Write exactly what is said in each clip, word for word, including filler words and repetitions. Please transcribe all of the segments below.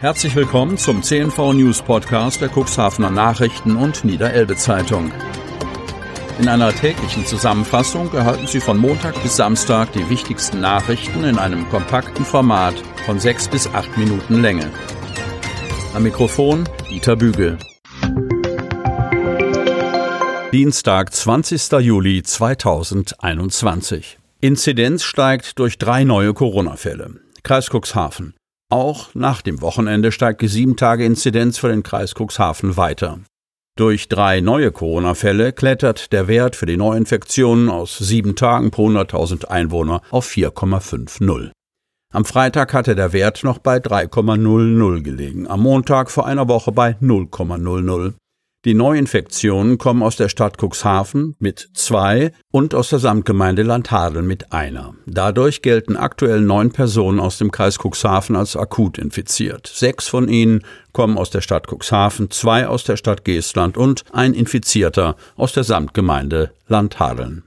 Herzlich willkommen zum C N V News Podcast der Cuxhavener Nachrichten und Niederelbe Zeitung. In einer täglichen Zusammenfassung erhalten Sie von Montag bis Samstag die wichtigsten Nachrichten in einem kompakten Format von sechs bis acht Minuten Länge. Am Mikrofon Dieter Bügel. Dienstag, zwanzigster Juli zweitausendeinundzwanzig. Inzidenz steigt durch drei neue Corona-Fälle. Kreis Cuxhaven. Auch nach dem Wochenende steigt die sieben Tage Inzidenz für den Kreis Cuxhaven weiter. Durch drei neue Corona-Fälle klettert der Wert für die Neuinfektionen aus sieben Tagen pro hunderttausend Einwohner auf vier Komma fünfzig. Am Freitag hatte der Wert noch bei drei Komma null null gelegen, am Montag vor einer Woche bei null Komma null null. Die Neuinfektionen kommen aus der Stadt Cuxhaven mit zwei und aus der Samtgemeinde Landhadeln mit einer. Dadurch gelten aktuell neun Personen aus dem Kreis Cuxhaven als akut infiziert. Sechs von ihnen kommen aus der Stadt Cuxhaven, zwei aus der Stadt Geestland und ein Infizierter aus der Samtgemeinde Landhadeln.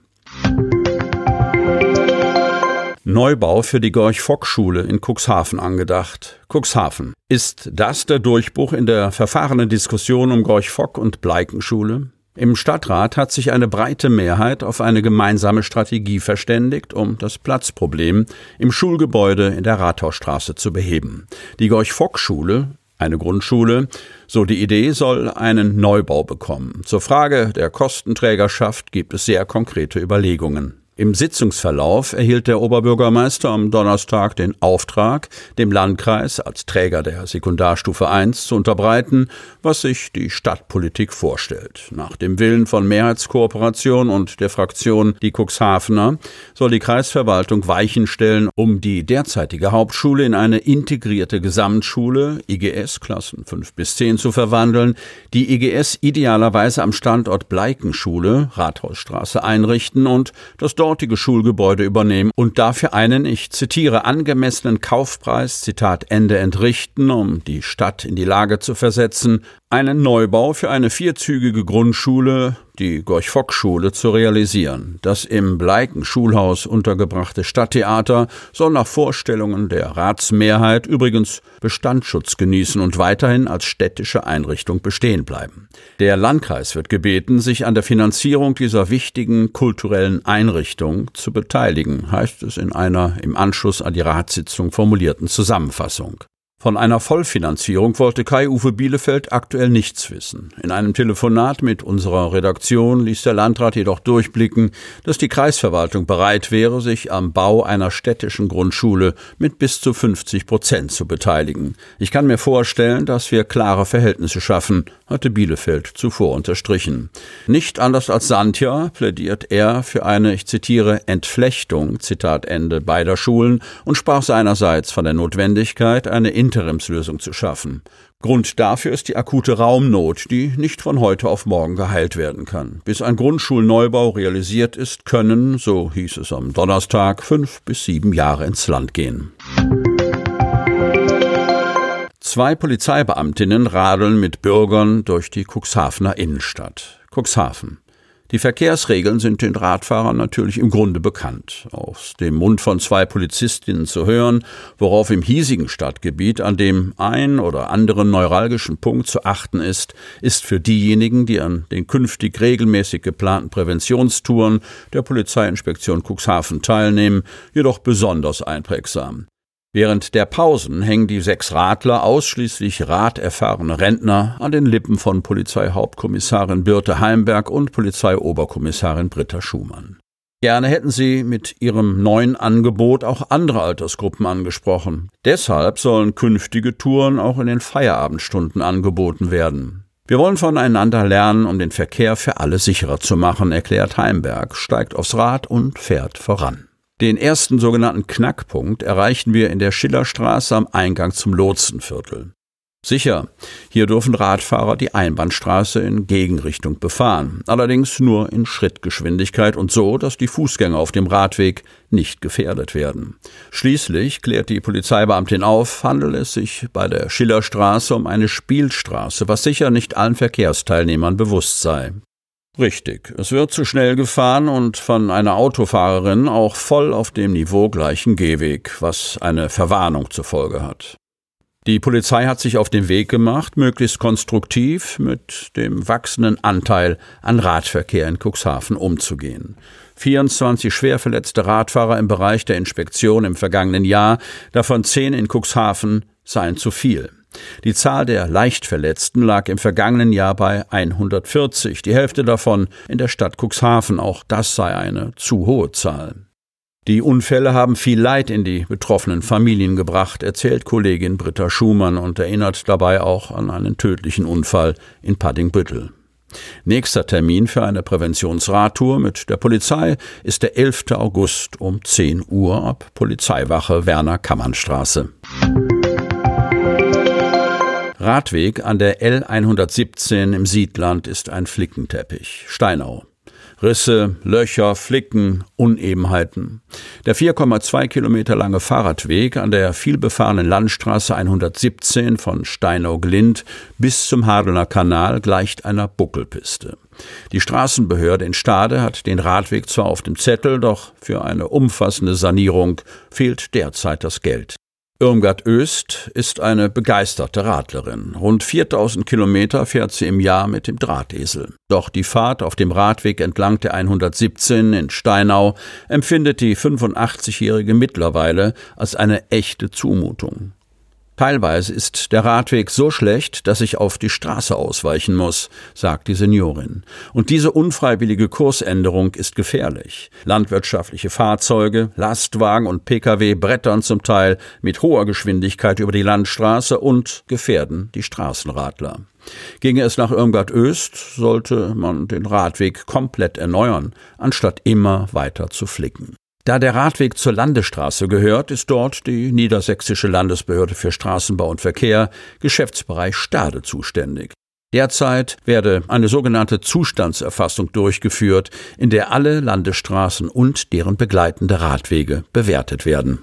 Neubau für die Gorch-Fock-Schule in Cuxhaven angedacht. Cuxhaven. Ist das der Durchbruch in der verfahrenen Diskussion um Gorch-Fock und Bleikenschule? Im Stadtrat hat sich eine breite Mehrheit auf eine gemeinsame Strategie verständigt, um das Platzproblem im Schulgebäude in der Rathausstraße zu beheben. Die Gorch-Fock-Schule, eine Grundschule, so die Idee, soll einen Neubau bekommen. Zur Frage der Kostenträgerschaft gibt es sehr konkrete Überlegungen. Im Sitzungsverlauf erhielt der Oberbürgermeister am Donnerstag den Auftrag, dem Landkreis als Träger der Sekundarstufe eins zu unterbreiten, was sich die Stadtpolitik vorstellt. Nach dem Willen von Mehrheitskooperation und der Fraktion Die Cuxhavener soll die Kreisverwaltung Weichen stellen, um die derzeitige Hauptschule in eine integrierte Gesamtschule, I G S Klassen fünf bis zehn, zu verwandeln, die I G S idealerweise am Standort Bleikenschule, Rathausstraße, einrichten und das dortige Schulgebäude übernehmen und dafür einen, ich zitiere, angemessenen Kaufpreis, Zitat Ende, entrichten, um die Stadt in die Lage zu versetzen, einen Neubau für eine vierzügige Grundschule, die Gorch-Fock-Schule, zu realisieren. Das im Bleiken-Schulhaus untergebrachte Stadttheater soll nach Vorstellungen der Ratsmehrheit übrigens Bestandsschutz genießen und weiterhin als städtische Einrichtung bestehen bleiben. Der Landkreis wird gebeten, sich an der Finanzierung dieser wichtigen kulturellen Einrichtung zu beteiligen, heißt es in einer im Anschluss an die Ratssitzung formulierten Zusammenfassung. Von einer Vollfinanzierung wollte Kai-Uwe Bielefeld aktuell nichts wissen. In einem Telefonat mit unserer Redaktion ließ der Landrat jedoch durchblicken, dass die Kreisverwaltung bereit wäre, sich am Bau einer städtischen Grundschule mit bis zu fünfzig Prozent zu beteiligen. Ich kann mir vorstellen, dass wir klare Verhältnisse schaffen, hatte Bielefeld zuvor unterstrichen. Nicht anders als Sandja plädiert er für eine, ich zitiere, Entflechtung, Zitat Ende, beider Schulen und sprach seinerseits von der Notwendigkeit, eine Interimslösung zu schaffen. Grund dafür ist die akute Raumnot, die nicht von heute auf morgen geheilt werden kann. Bis ein Grundschulneubau realisiert ist, können, so hieß es am Donnerstag, fünf bis sieben Jahre ins Land gehen. Zwei Polizeibeamtinnen radeln mit Bürgern durch die Cuxhavener Innenstadt. Cuxhaven. Die Verkehrsregeln sind den Radfahrern natürlich im Grunde bekannt. Aus dem Mund von zwei Polizistinnen zu hören, worauf im hiesigen Stadtgebiet an dem ein oder anderen neuralgischen Punkt zu achten ist, ist für diejenigen, die an den künftig regelmäßig geplanten Präventionstouren der Polizeiinspektion Cuxhaven teilnehmen, jedoch besonders einprägsam. Während der Pausen hängen die sechs Radler, ausschließlich raderfahrene Rentner, an den Lippen von Polizeihauptkommissarin Birte Heimberg und Polizeioberkommissarin Britta Schumann. Gerne hätten sie mit ihrem neuen Angebot auch andere Altersgruppen angesprochen. Deshalb sollen künftige Touren auch in den Feierabendstunden angeboten werden. Wir wollen voneinander lernen, um den Verkehr für alle sicherer zu machen, erklärt Heimberg, steigt aufs Rad und fährt voran. Den ersten sogenannten Knackpunkt erreichen wir in der Schillerstraße am Eingang zum Lotsenviertel. Sicher, hier dürfen Radfahrer die Einbahnstraße in Gegenrichtung befahren, allerdings nur in Schrittgeschwindigkeit und so, dass die Fußgänger auf dem Radweg nicht gefährdet werden. Schließlich klärt die Polizeibeamtin auf, handelt es sich bei der Schillerstraße um eine Spielstraße, was sicher nicht allen Verkehrsteilnehmern bewusst sei. Richtig, es wird zu schnell gefahren und von einer Autofahrerin auch voll auf dem niveaugleichen Gehweg, was eine Verwarnung zur Folge hat. Die Polizei hat sich auf den Weg gemacht, möglichst konstruktiv mit dem wachsenden Anteil an Radverkehr in Cuxhaven umzugehen. vierundzwanzig schwer verletzte Radfahrer im Bereich der Inspektion im vergangenen Jahr, davon zehn in Cuxhaven, seien zu viel. Die Zahl der Leichtverletzten lag im vergangenen Jahr bei hundertvierzig, die Hälfte davon in der Stadt Cuxhaven. Auch das sei eine zu hohe Zahl. Die Unfälle haben viel Leid in die betroffenen Familien gebracht, erzählt Kollegin Britta Schumann und erinnert dabei auch an einen tödlichen Unfall in Paddingbüttel. Nächster Termin für eine Präventionsradtour mit der Polizei ist der elfter August um zehn Uhr ab Polizeiwache Werner-Kammern-Straße. Radweg an der L hundertsiebzehn im Siedland ist ein Flickenteppich. Steinau. Risse, Löcher, Flicken, Unebenheiten. Der vier Komma zwei Kilometer lange Fahrradweg an der vielbefahrenen Landstraße hundertsiebzehn von Steinau-Glind bis zum Hadelner Kanal gleicht einer Buckelpiste. Die Straßenbehörde in Stade hat den Radweg zwar auf dem Zettel, doch für eine umfassende Sanierung fehlt derzeit das Geld. Irmgard Öst ist eine begeisterte Radlerin. Rund viertausend Kilometer fährt sie im Jahr mit dem Drahtesel. Doch die Fahrt auf dem Radweg entlang der hundertsiebzehn in Steinau empfindet die fünfundachtzigjährige mittlerweile als eine echte Zumutung. Teilweise ist der Radweg so schlecht, dass ich auf die Straße ausweichen muss, sagt die Seniorin. Und diese unfreiwillige Kursänderung ist gefährlich. Landwirtschaftliche Fahrzeuge, Lastwagen und Pkw brettern zum Teil mit hoher Geschwindigkeit über die Landstraße und gefährden die Straßenradler. Ginge es nach Irmgard Öst, sollte man den Radweg komplett erneuern, anstatt immer weiter zu flicken. Da der Radweg zur Landesstraße gehört, ist dort die Niedersächsische Landesbehörde für Straßenbau und Verkehr, Geschäftsbereich Stade, zuständig. Derzeit werde eine sogenannte Zustandserfassung durchgeführt, in der alle Landesstraßen und deren begleitende Radwege bewertet werden.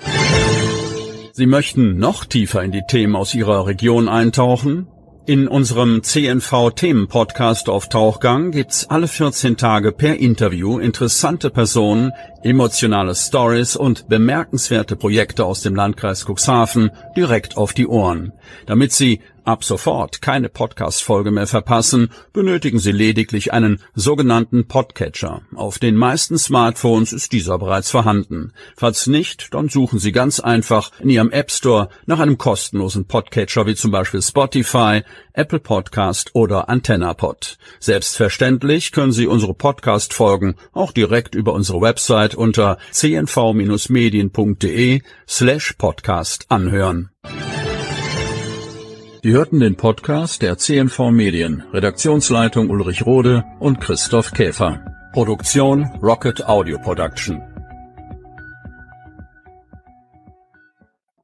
Sie möchten noch tiefer in die Themen aus Ihrer Region eintauchen? In unserem C N V-Themen-Podcast auf Tauchgang gibt's alle vierzehn Tage per Interview interessante Personen, emotionale Stories und bemerkenswerte Projekte aus dem Landkreis Cuxhaven direkt auf die Ohren. Damit Sie ab sofort keine Podcast-Folge mehr verpassen, benötigen Sie lediglich einen sogenannten Podcatcher. Auf den meisten Smartphones ist dieser bereits vorhanden. Falls nicht, dann suchen Sie ganz einfach in Ihrem App Store nach einem kostenlosen Podcatcher wie zum Beispiel Spotify, Apple Podcast oder AntennaPod. Selbstverständlich können Sie unsere Podcast-Folgen auch direkt über unsere Website unter c n v medien punkt d e slash podcast anhören. Sie hörten den Podcast der C N V Medien, Redaktionsleitung Ulrich Rode und Christoph Käfer. Produktion Rocket Audio Production.